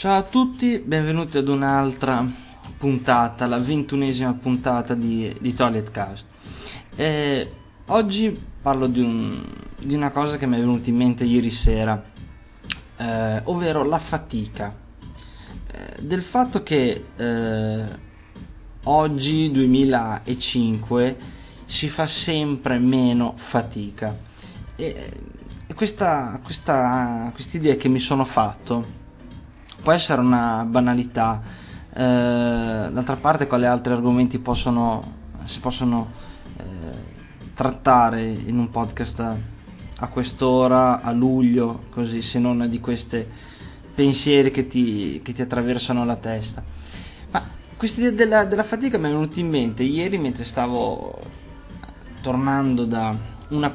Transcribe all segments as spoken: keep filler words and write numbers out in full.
Ciao a tutti, benvenuti ad un'altra puntata, la ventunesima puntata di, di Toilet Cast. Eh, oggi parlo di, un, di una cosa che mi è venuta in mente ieri sera, eh, ovvero la fatica. Eh, del fatto che eh, oggi, duemilacinque, si fa sempre meno fatica. E, e questa, questa idea che mi sono fatto può essere una banalità, eh, d'altra parte quali altri argomenti possono, si possono eh, trattare in un podcast a, a quest'ora, a luglio, così, se non di questi pensieri che ti, che ti attraversano la testa. Ma questa idea della, della fatica mi è venuta in mente ieri mentre stavo tornando da una,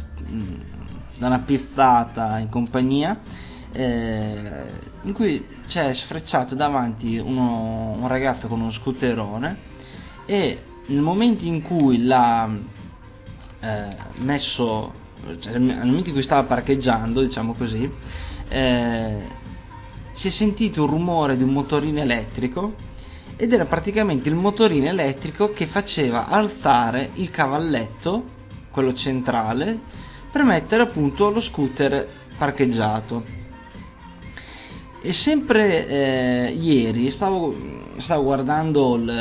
da una pizzata in compagnia, eh, in cui c'è sfrecciato davanti uno, un ragazzo con uno scooterone, e nel momento in cui l'ha eh, messo, cioè nel momento in cui stava parcheggiando, diciamo così, eh, si è sentito un rumore di un motorino elettrico, ed era praticamente il motorino elettrico che faceva alzare il cavalletto, quello centrale, per mettere appunto lo scooter parcheggiato. E sempre eh, ieri stavo, stavo guardando il,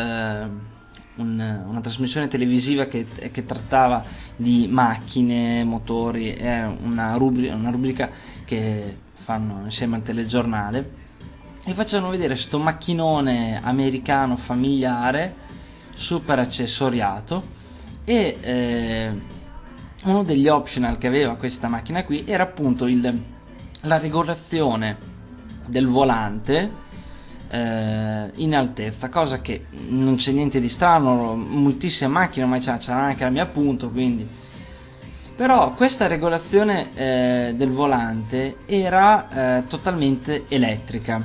un, una trasmissione televisiva che, che trattava di macchine, motori, è una rubrica, una rubrica che fanno insieme al telegiornale, e facevano vedere sto macchinone americano familiare super accessoriato, e eh, uno degli optional che aveva questa macchina qui era appunto il, la regolazione del volante eh, in altezza, cosa che non c'è niente di strano, moltissime macchine ma c'è, c'è anche la mia, appunto, quindi. Però questa regolazione eh, del volante era eh, totalmente elettrica.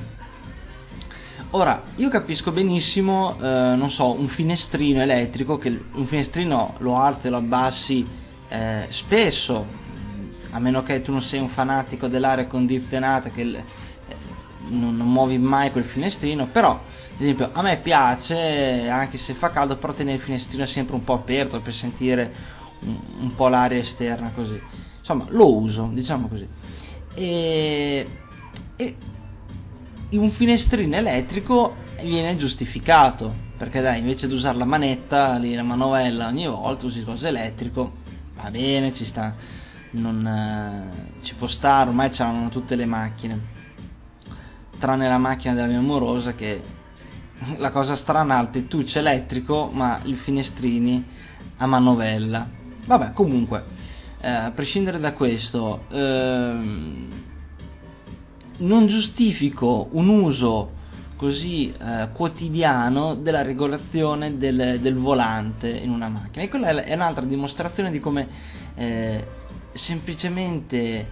Ora, io capisco benissimo, eh, non so, un finestrino elettrico, che un finestrino lo alzi e lo abbassi eh, spesso, a meno che tu non sei un fanatico dell'aria condizionata, che Non, non muovi mai quel finestrino. Però ad esempio a me piace, anche se fa caldo, però tenere il finestrino sempre un po' aperto per sentire un, un po' l'aria esterna, così, insomma lo uso, diciamo così. E, e un finestrino elettrico viene giustificato, perché dai, invece di usare la manetta lì, la manovella ogni volta, usi il coso elettrico, va bene, ci sta, non eh, ci può stare, ormai c'hanno tutte le macchine, tranne la macchina della mia amorosa, che la cosa strana, il tettuccio elettrico ma i finestrini a manovella. Vabbè, comunque, eh, a prescindere da questo, ehm, non giustifico un uso così eh, quotidiano della regolazione del, del volante in una macchina, e quella è un'altra dimostrazione di come eh, semplicemente eh,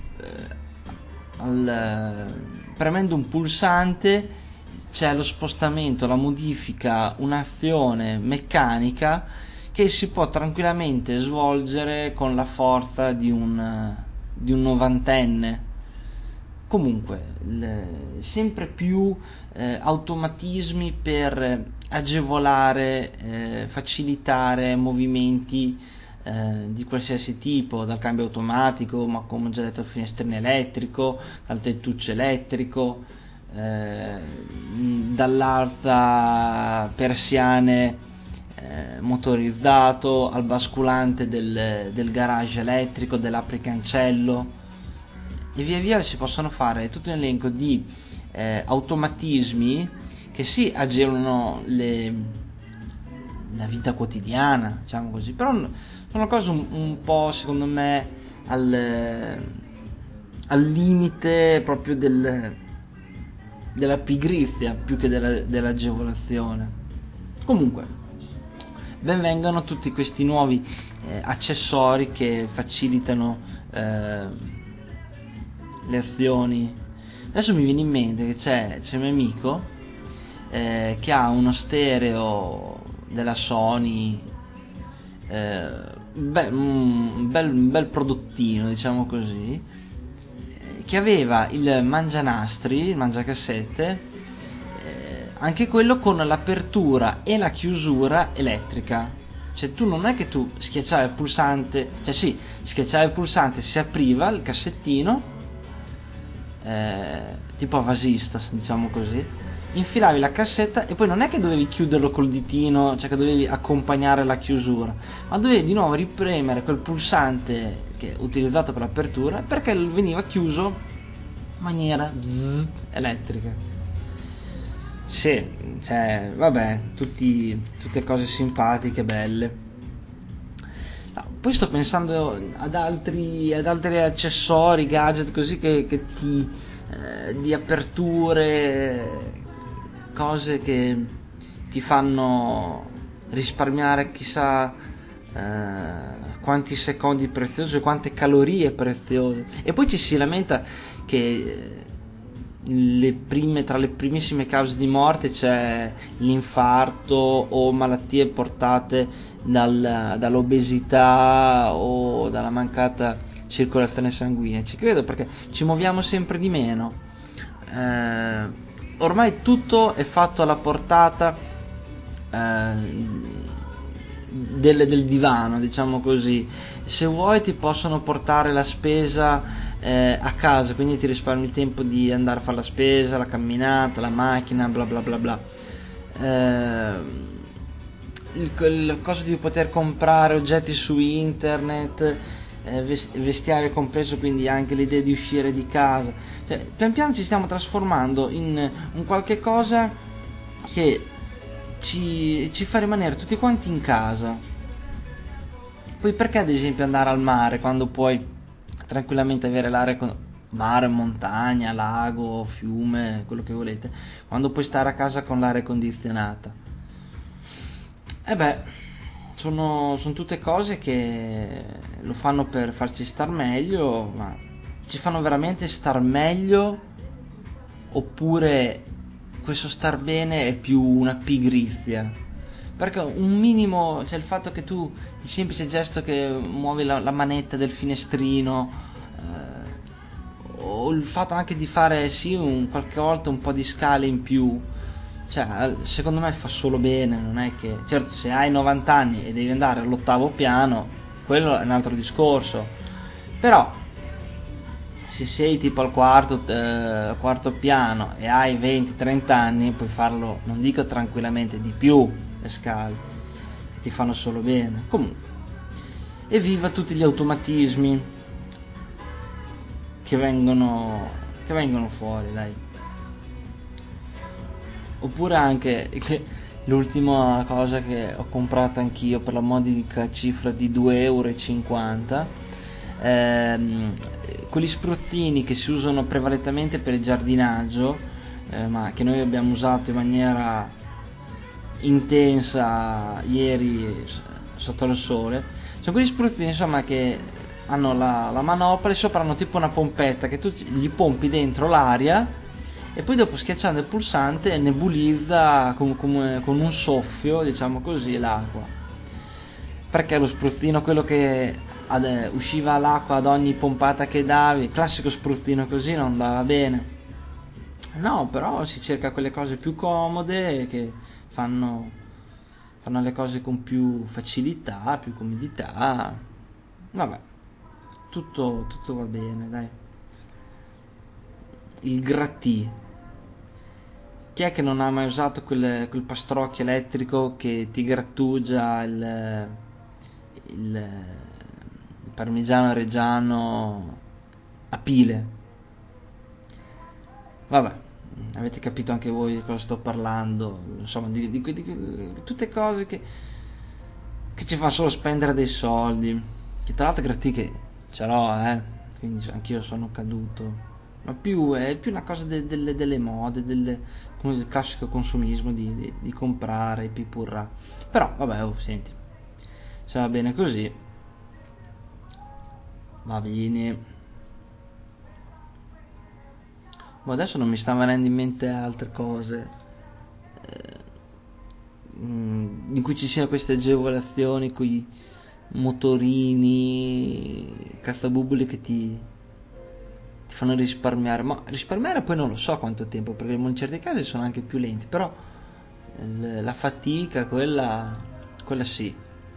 al, premendo un pulsante c'è lo spostamento, la modifica, un'azione meccanica che si può tranquillamente svolgere con la forza di un, di un novantenne. Comunque, le, sempre più eh, automatismi per agevolare, eh, facilitare movimenti eh, di qualsiasi tipo, dal cambio automatico, ma come ho già detto, al finestrino elettrico, dal tettuccio elettrico, eh, dall'alza persiane eh, motorizzato, al basculante del, del garage elettrico, dell'apricancello, e via via si possono fare tutto un elenco di eh, automatismi che sì agevolano le, la vita quotidiana, diciamo così, però sono cose un, un po', secondo me, al, al limite proprio del, della pigrizia più che della, dell'agevolazione. Comunque, benvengano tutti questi nuovi eh, accessori che facilitano eh, le azioni. Adesso mi viene in mente che c'è, c'è un mio amico eh, che ha uno stereo della Sony, eh, beh, un, bel, un bel prodottino, diciamo così, che aveva il mangianastri, il mangiacassette, eh, anche quello con l'apertura e la chiusura elettrica. Cioè tu non è che tu schiacciavi il pulsante, cioè sì, schiacciavi il pulsante, si apriva il cassettino, eh, tipo a vasista, diciamo così, infilavi la cassetta e poi non è che dovevi chiuderlo col ditino, cioè che dovevi accompagnare la chiusura, ma dovevi di nuovo ripremere quel pulsante che è utilizzato per l'apertura, perché veniva chiuso in maniera elettrica. Sì, cioè, vabbè, tutti, tutte cose simpatiche, belle. No, poi sto pensando ad altri, ad altri accessori, gadget così che, che ti eh, di aperture, cose che ti fanno risparmiare chissà eh, quanti secondi preziosi, quante calorie preziose. E poi ci si lamenta che le prime, tra le primissime cause di morte c'è l'infarto o malattie portate dal, dall'obesità o dalla mancata circolazione sanguigna. Ci credo, perché ci muoviamo sempre di meno, eh, ormai tutto è fatto alla portata eh, del, del divano, diciamo così. Se vuoi ti possono portare la spesa Eh, a casa, quindi ti risparmi il tempo di andare a fare la spesa, la camminata, la macchina, bla bla bla bla. Eh, il, il coso di poter comprare oggetti su internet, eh, vestiario compreso, quindi anche l'idea di uscire di casa. Cioè, pian piano ci stiamo trasformando in un qualche cosa che ci, ci fa rimanere tutti quanti in casa. Poi perché ad esempio andare al mare quando puoi tranquillamente avere l'aria con mare, montagna, lago, fiume, quello che volete, quando puoi stare a casa con l'aria condizionata? E beh, sono, sono tutte cose che lo fanno per farci star meglio, ma ci fanno veramente star meglio, oppure questo star bene è più una pigrizia? Perché un minimo, cioè il fatto che tu, il semplice gesto che muovi la, la manetta del finestrino, eh, o il fatto anche di fare sì un qualche volta un po' di scale in più, cioè secondo me fa solo bene. Non è che, certo, se hai novanta anni e devi andare all'ottavo piano, quello è un altro discorso, però se sei tipo al quarto, eh, quarto piano e hai venti trenta anni, puoi farlo, non dico tranquillamente, di più le scale, ti fanno solo bene. Comunque, evviva tutti gli automatismi che vengono, che vengono fuori, dai. Oppure anche che l'ultima cosa che ho comprato anch'io per la modica cifra di due euro e cinquanta, ehm, quegli spruzzini che si usano prevalentemente per il giardinaggio, eh, ma che noi abbiamo usato in maniera intensa ieri sotto il sole. Sono quegli spruzzini, insomma, che hanno la, la manopola e sopra hanno tipo una pompetta che tu gli pompi dentro l'aria e poi dopo, schiacciando il pulsante, nebulizza con, con, con un soffio, diciamo così, l'acqua. Perché lo spruzzino, quello che ad, eh, usciva l'acqua ad ogni pompata che davi, il classico spruzzino così, non andava bene. No, però si cerca quelle cose più comode che fanno, fanno le cose con più facilità, più comodità. Vabbè, tutto, tutto va bene, dai. Il grattì. Chi è che non ha mai usato quel, quel pastrocchio elettrico che ti grattugia il, il, il parmigiano reggiano a pile? Vabbè, avete capito anche voi di cosa sto parlando, insomma, di, di, di, di tutte cose che, che ci fa solo spendere dei soldi. Che tra l'altro grattì che ce l'ho, eh, quindi anch'io sono caduto. Ma più è più una cosa de, delle, delle mode, delle, come il classico consumismo di, di, di comprare, pipurra. Però vabbè, oh, senti, se va bene così, va bene. Ma adesso non mi sta venendo in mente altre cose eh, in cui ci siano queste agevolazioni con i motorini, cazzabuboli che ti ti fanno risparmiare, ma risparmiare poi non lo so quanto tempo, perché in certi casi sono anche più lenti, però l- la fatica, quella, quella sì.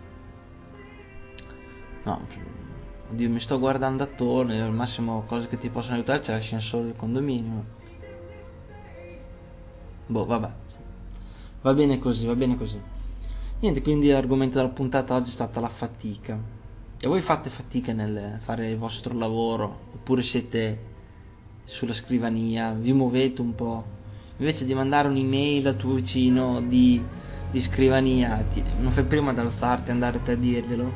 No, oddio, mi sto guardando attorno, al massimo cose che ti possono aiutare c'è l'ascensore del condominio. Boh, vabbè. Va bene così, va bene così. Niente, quindi l'argomento della puntata oggi è stata la fatica. E voi fate fatica nel fare il vostro lavoro, oppure siete sulla scrivania, vi muovete un po', invece di mandare un'email al tuo vicino di, di scrivania, ti, non fai prima ad alzarti e andare a dirglielo?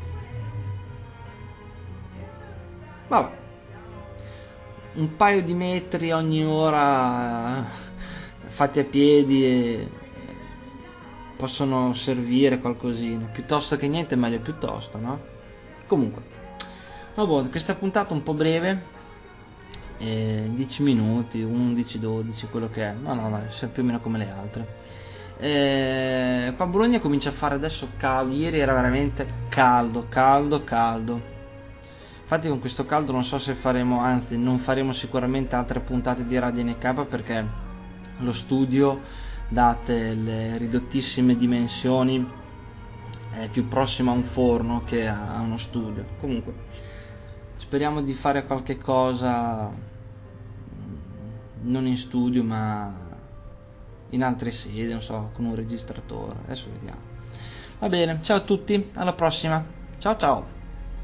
Vabbè, un paio di metri ogni ora fatti a piedi e possono servire qualcosina, piuttosto che niente, meglio piuttosto, no? Comunque, vabbè, questa puntata un po' breve, eh, dieci minuti, undici, dodici, quello che è, no no no, è più o meno come le altre. Eh, qua a Bologna comincia a fare adesso caldo, ieri era veramente caldo, caldo, caldo. Infatti con questo caldo non so se faremo, anzi non faremo sicuramente altre puntate di Radio N K, perché lo studio, date le ridottissime dimensioni, è più prossimo a un forno che a uno studio. Comunque speriamo di fare qualche cosa non in studio ma in altre sedi, non so, con un registratore, adesso vediamo. Va bene, ciao a tutti, alla prossima, ciao ciao.